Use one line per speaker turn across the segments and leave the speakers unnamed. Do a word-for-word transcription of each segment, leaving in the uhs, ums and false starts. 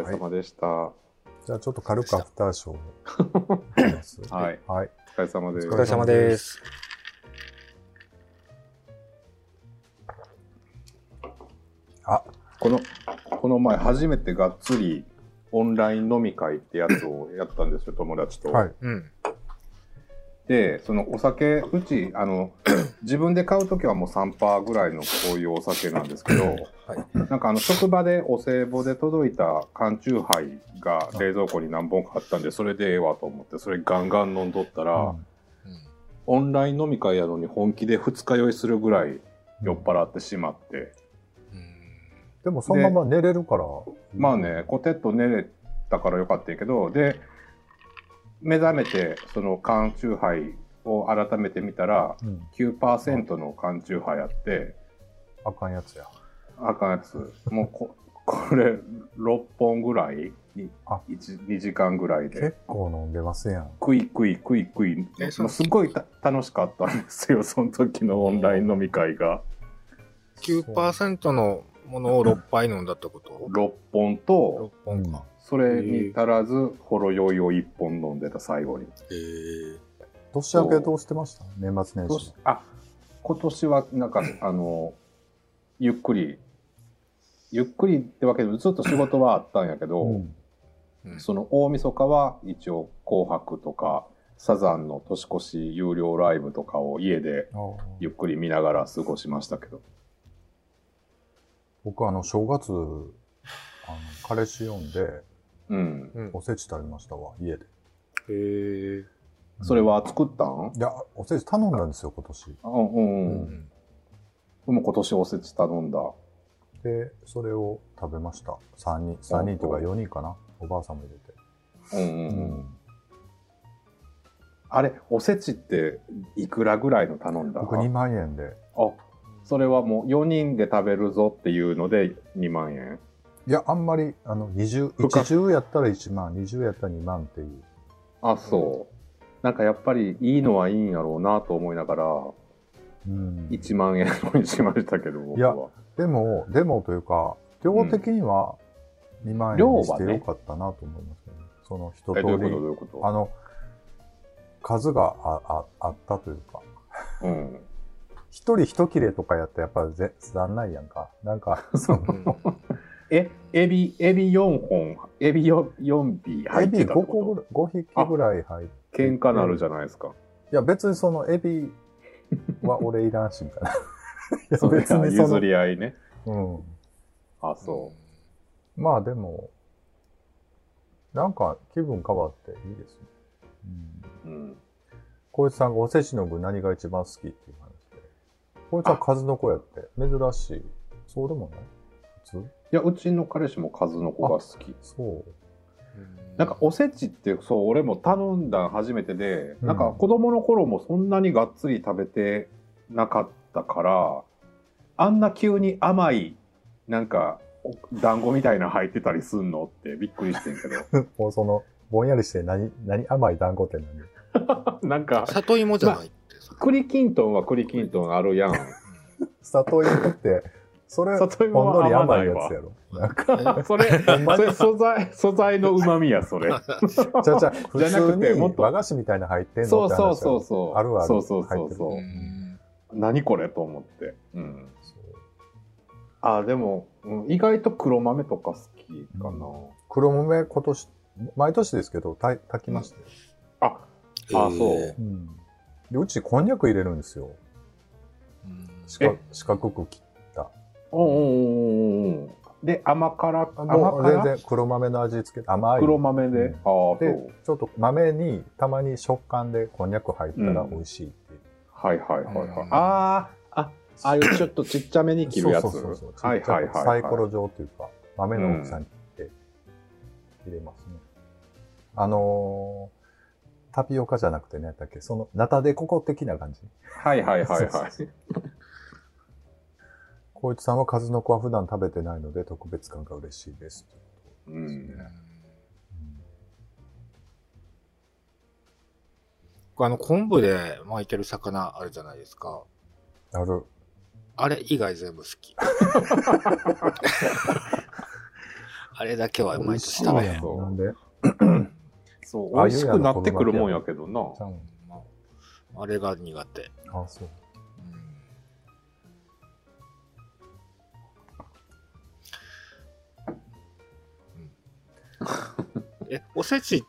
れ様でした。はい、
じゃあちょっと軽くアフターショー
はい。はい。お疲れ様です。
お疲れ様です。
あ、この、この前初めてがっつりオンライン飲み会ってやつをやったんですよ、友達と。はい。うん。で、そのお酒、うち、あの、自分で買うときはもうさんパーぐらいのこういうお酒なんですけど、はい、なんかあの、職場でお歳暮で届いた缶チューハイが冷蔵庫に何本かあったんで、それでええわと思って、それガンガン飲んどったら、うんうん、オンライン飲み会やのに本気で二日酔いするぐらい酔っ払ってしまって。うん、
でもそのまま寝れるから。
まあね、コテッと寝れたからよかったけど、で、目覚めて、その缶チューハイを改めて見たら、うん、きゅうパーセント の缶チューハイあって、
あかんやつや。
あかんやつ。もうこ、これ、ろっぽんぐらいに、にじかんぐらいで。
結構飲んでますやん。
クイクイクイクイ。すごい楽しかったんですよ、その時のオンライン飲み会が。
きゅうパーセント のものをろっぱい飲んだってこと ?
ろっ 本と、
ろっぽんか。
それに足らず、ほろ酔いをいっぽん飲んでた、最後に。へ
ー。年明けどうしてました？年末年始。
あ、今年は、なんか、あの、ゆっくり、ゆっくりってわけで、ずっと仕事はあったんやけど、うんうん、その大晦日は一応、紅白とか、サザンの年越し有料ライブとかを家でゆっくり見ながら過ごしましたけど。
僕、あの、正月、あの、彼氏呼んで、うん、おせち食べましたわ、家で。
へえ。それは作ったん？
いや、おせち頼んだんですよ、今年。
あ、うん、うん。僕も今年おせち頼んだ。
で、それを食べました。さんにん、さんにんとかよにんかな。おばあさんも入れて。うんうんうん。うん、
あれ、おせちっていくらぐらいの頼んだ？
僕にまんえんで。
あ、それはもうよにんで食べるぞっていうのでにまんえん？
いや、あんまり、あの、にじゅう、いちじゅうやったらいちまん、にじゅうやったらにまんっていう。
あ、そう。なんかやっぱりいいのはいいんやろうなと思いながら、うん、いちまんえんにしましたけど、僕は。
いや、でも、でもというか、量的にはにまんえんにしてよかったなと思いますけどね。その一通り。
どういうことどういうこと
あの、数があ、あ、あったというか。うん。一人一切れとかやったらやっぱりぜ残ないやんか。なんか、その、
え、エビ、エビよんほん、エビ よん, よん尾入ってたってこと？エビごこぐらい、ごひきぐらい入って。喧嘩なるじゃないですか。い
や、別にそのエビは俺いらんしみたいな。い
や、別に譲り合いね。うん。あ、そう。
まあでも、なんか気分変わっていいですね。うん。うん。こいつさんがおせちの具何が一番好きっていう話で。こいつは数の子やって、珍しい。そうでもない？普通？
いや、うちの彼氏も数の子が好き。
そう。
なんかおせちって、そう、俺も頼んだ初めてで、うん、なんか子供の頃もそんなにがっつり食べてなかったから、あんな急に甘い、なんか、団子みたいな入ってたりすんのってびっくりしてんけど。
もうその、ぼんやりして何、何甘い団子って
何なんか。
里芋じゃないって、
ま、栗きんとんは栗きんとんあるやん。
里芋って、それ、ほんのり甘いやつやろ。なんか、
それ、それ素材、素材の旨味や、それ。
じゃじゃ普通に和菓子みたいな入ってんのって話。
そうそうそう。
あるある。
そうそうそうそう。何これと思って。うん。あ、でも、うん、意外と黒豆とか好きかな。うん、
黒豆今年、毎年ですけど、炊きましたよ。
うん、あ、あ、そう、うん。
で、うちこんにゃく入れるんですよ。四角く切った。
おうんうんうん。で、甘辛、
甘辛全然黒豆の味付け、甘い。
黒豆で。うん、ああ、
で、ちょっと豆にたまに食感でこんにゃく入ったら美味しいっていう。
うん、はいはいはいはい。うん、ああ、あ、ああいうちょっとちっちゃめに切るやつ。そうそうそう。はいはいはい。
サイコロ状というか、豆の大きさに切って入れますね。うん、あのー、タピオカじゃなくてね、だっけ、その、ナタデココ的な感じ。
はいはいはいはい。
こいつさんは数の子は普段食べてないので特別感が嬉しいです。うん。うん、
あの、昆布で巻いてる魚あるじゃないですか。
ある。あ
れ以外全部好き。 あれだけは毎年食べへん。
なんで
そう、美味しくなってくるもんやけどな。
まあ、あれが苦手。
あ、そう。
え、おせちって、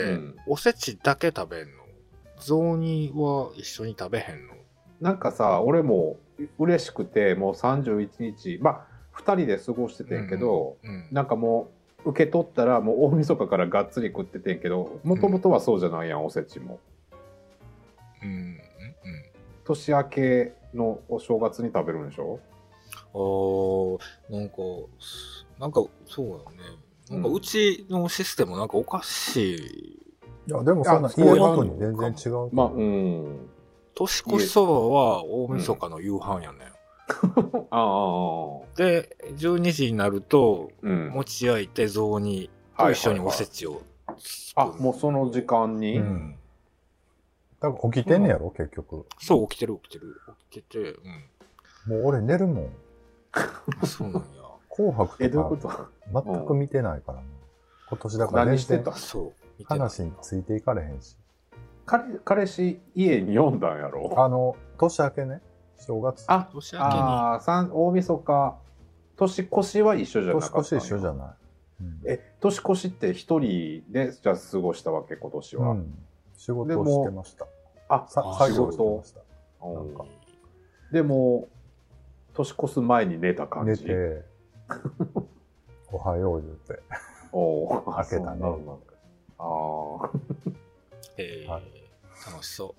うん、おせちだけ食べんの？雑煮は一緒に食べへんの？
なんかさ、俺も嬉しくて、もうさんじゅういちにち、まあ、ふたりで過ごしててんけど、うんうん、なんかもう、受け取ったら、もう大晦日からがっつり食っててんけど、もともとはそうじゃないやん、おせちも。うん。うん。年明けのお正月に食べるんでしょ？
ああ、なんか、なんか、そうだね。なんかうちのシステムなんかおかしい。
いや、でもそんな家ごとに全然違う。
まあ、うん。
年越しそばは大晦日の夕飯やねん。
ああ。
で、じゅうにじになると、餅焼いて雑煮と一緒におせちを。
あ、もうその時間に？うん。
だから起きてんねやろ、結局。
そう、起きてる起きてる。起きてて、
うん。もう俺寝るもん。
そうなんや。
紅白とか全く見てないからね。今年だから
何してた？
そう
話についていかれへんし。
彼彼氏家に読んだんやろ？
あの年明けね、正月。
あ、年明けに。
ああ、三大晦日。年越しは一緒じゃなかった。
年越し一緒じゃない。
うん、え、年越しって一人でじゃあ過ごしたわけ今年は。うん、
仕事をしてました。
あ、作業してました。なんかでも年越す前に寝た感じ。
寝て。おはよう言うて。
おお、
開けたね。
ああ。
えー、はい、楽しそう。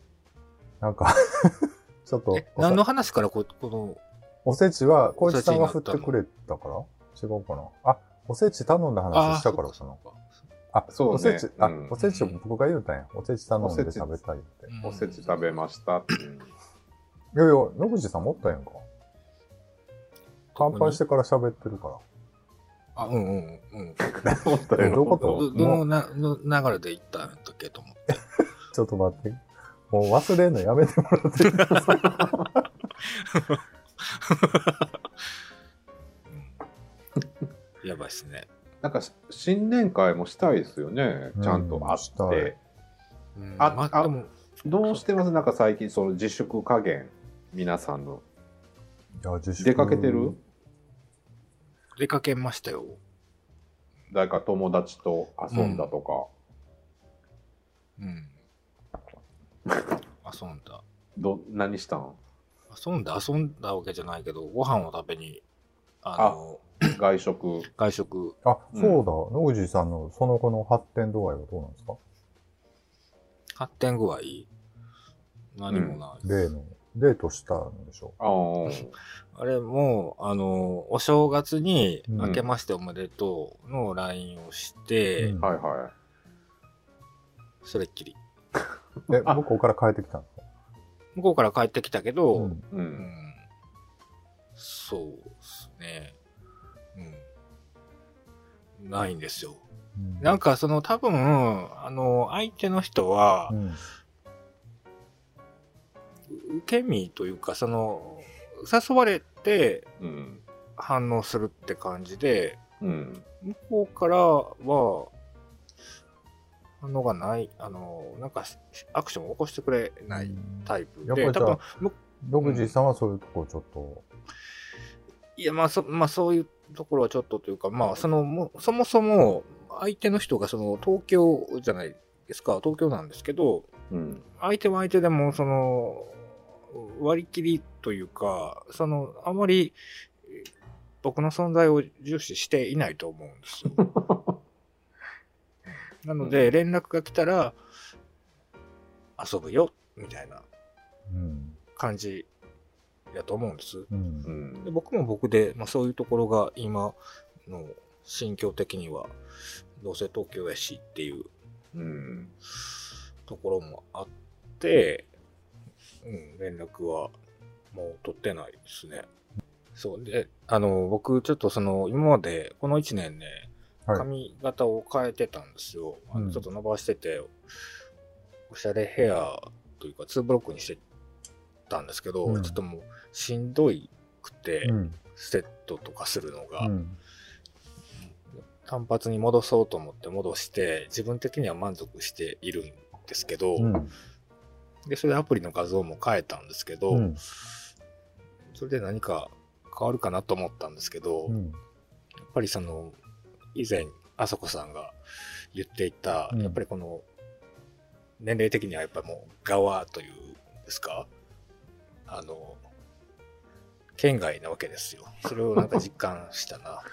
なんか、ちょっと。
何の話からこ、この。
おせちは、小市さんが振ってくれたから違うかなあ、おせち頼んだ話したからかな。あ、そうね。おせち、あ、うん、おせちを僕が言うたんや。おせち頼んで食べたいって。
おせち食べましたって。い
やいや、野口さん持ったやんか。乾杯してから喋ってるから。
あ、うんうんうん。
持ったよ。
どういうこと
どのなの流れで言ったんやったっけと思って。
ちょっと待って。もう忘れんのやめてもらっていいですか
やばいっすね。
なんか新年会もしたいですよね。ちゃんと会って。うん、あ、まあ、でもどうしてます？なんか最近その自粛加減、皆さんの。
いや、自粛。
出かけてる？
出かけましたよ。
誰か友達と遊んだとか。
うん。うん、遊んだ。
ど、何したん？
遊んだ、遊んだわけじゃないけど、ご飯を食べに、あの、
あ外食。
外食。
あ、そうだ。うん、野口さんのその後の発展度合いはどうなんですか？
発展具合何もない。
うん、例の。デートしたんでしょ
う。あれもう、あの、お正月に、明けましておめでとうの ライン をして、
うん、はいはい。
それっきり。
え、向こうから帰ってきたんですか？
向こうから帰ってきたけど、
うんうん、
そうですね。うん。ないんですよ。うん、なんかその多分、あの、相手の人は、うん受け身というか、その、誘われて、反応するって感じで、うん、向こうからは、反応がない、あの、なんか、アクションを起こしてくれないタイプで、
多分、野口さんはそういうところちょっと、うん、
いや、まあ、そ、まあ、そういうところはちょっとというか、まあ、その、もそもそも、相手の人が、その、東京じゃないですか、東京なんですけど、うん、相手は相手でも、その、割り切りというか、その、あまり僕の存在を重視していないと思うんですよ。なので、連絡が来たら、遊ぶよ、みたいな感じやと思うんです。うん、で僕も僕で、まあ、そういうところが今の心境的には、どうせ東京やしっていう、うん、ところもあって、うん、連絡はもう取ってないですね。そうで、あの、僕ちょっとその、今までこのいちねんね、髪型を変えてたんですよ。はい、あのちょっと伸ばしてて、おしゃれヘアというかツーブロックにしてたんですけど、うん、ちょっともうしんどいくて、うん、セットとかするのが、うん、 単発に戻そうと思って戻して、自分的には満足しているんですけど、うん、で、それでアプリの画像も変えたんですけど、うん、それで何か変わるかなと思ったんですけど、うん、やっぱりその、以前、あそこさんが言っていた、うん、やっぱりこの、年齢的にはやっぱもう、側というんですか、あの、県外なわけですよ。それをなんか実感したな。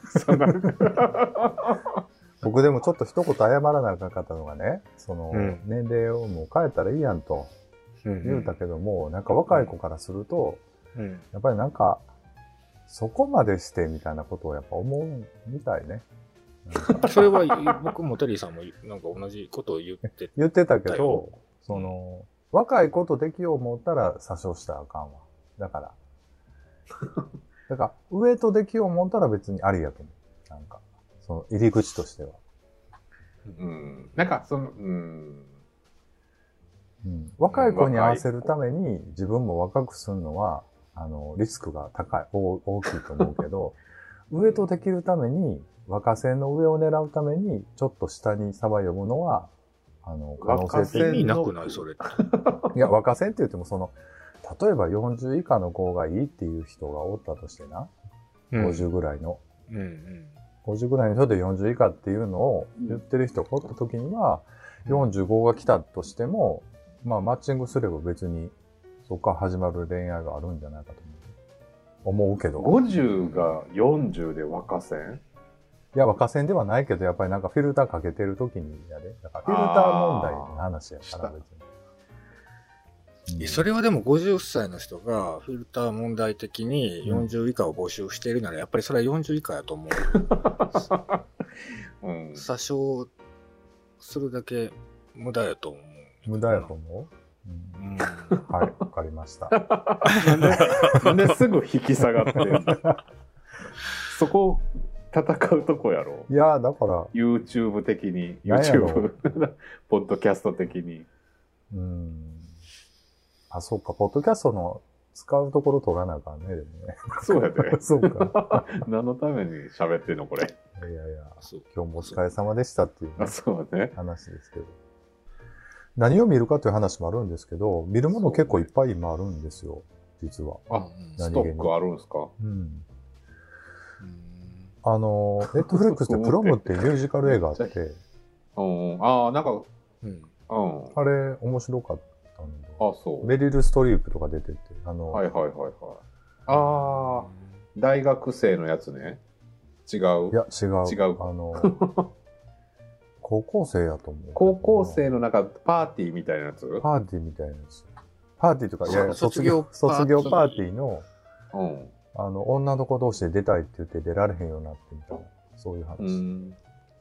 僕でもちょっと一言謝らなかったのがね、その、うん、年齢をもう変えたらいいやんと言うたけども、うんうん、なんか若い子からすると、うん、やっぱりなんか、そこまでしてみたいなことをやっぱ思うみたいね。
それは僕もテリーさんもなんか同じことを言って
言ってたけど、その、若いことできよう思ったら詐称したらあかんわ。だから。だから、上とできよう思ったら別にありやと思う。なんか、その入り口としては。
うん。なんか、その、うん。
うん、若い子に合わせるために自分も若くするのは、あの、リスクが高い、大きいと思うけど、上とできるために、若線の上を狙うために、ちょっと下にサバ読むのは、あの、可能性
的に。意味なくないそれって。
いや、若線って言ってもその、例えばよんじゅう以下の子がいいっていう人がおったとしてな、うん、ごじゅうぐらいの、うんうん、ごじゅうぐらいの人でよんじゅう以下っていうのを言ってる人がおった時には、うん、よんじゅうごが来たとしても、まあマッチングすれば別にそこから始まる恋愛があるんじゃないかと思う。思うけど。
ごじゅうがよんじゅうで若線？
いや、若線ではないけど、やっぱりなんかフィルターかけてる時にやで。だからフィルター問題の話やから別に。
それはでもごじゅっさいの人がフィルター問題的によんじゅう以下を募集しているならやっぱりそれはよんじゅう以下やと思う。うん、詐称するだけ無駄やと思う。
無駄やと思う、うん、はい、わかりました。
なんで、なんですぐ引き下がってんのそこ戦うとこやろ。
いや、だから。
YouTube 的に、YouTube、ポッドキャスト的に。
うん。あ、そうか、ポッドキャストの使うところ取らなあかんね、でもね。
そうやで。
そうか。
何のために喋ってんの、これ。
いやいや、今日もお疲れ様でしたっていう、
ね、あ、そうね。
話ですけど。何を見るかという話もあるんですけど、見るもの結構いっぱい今あるんですよ、実は。
あ、ストックあるんですか？
うん。あの、ネットフレックスでプロムっていうミュージカル映画あって。
うん、ああ、なんか、うん。
あれ、面白かったんで。
あ、そう。
メリル・ストリープとか出てて。あの、
はいはいはいはい。ああ、大学生のやつね。違う。
いや、違う。
違う。
あの、高校生やと思う。
高校生のなんかパーティーみたいなやつ？
パーティーみたいなやつ。パーティーとか、いやいや、卒業、卒業パーティーの、うん。あの、女の子同士で出たいって言って出られへんようになってみたいな、そういう話。うん、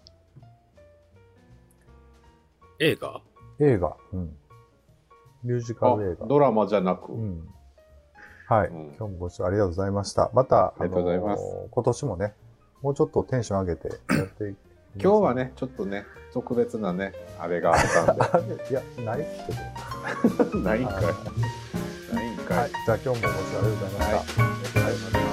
映画？
映画。うん。ミュージカル映画。
ドラマじゃなく。うん。
はい、うん。今日もご視聴ありがとうございました。また、
ありがとうございます。
今年もね、もうちょっとテンション上げてやっていき
今日はね、ちょっとね、特別なね、あれがあったん
で。いや、ないけ
ど。ないんかい。ないんかい。はい。
じゃあ今日もご視聴ありがとうございました。はい。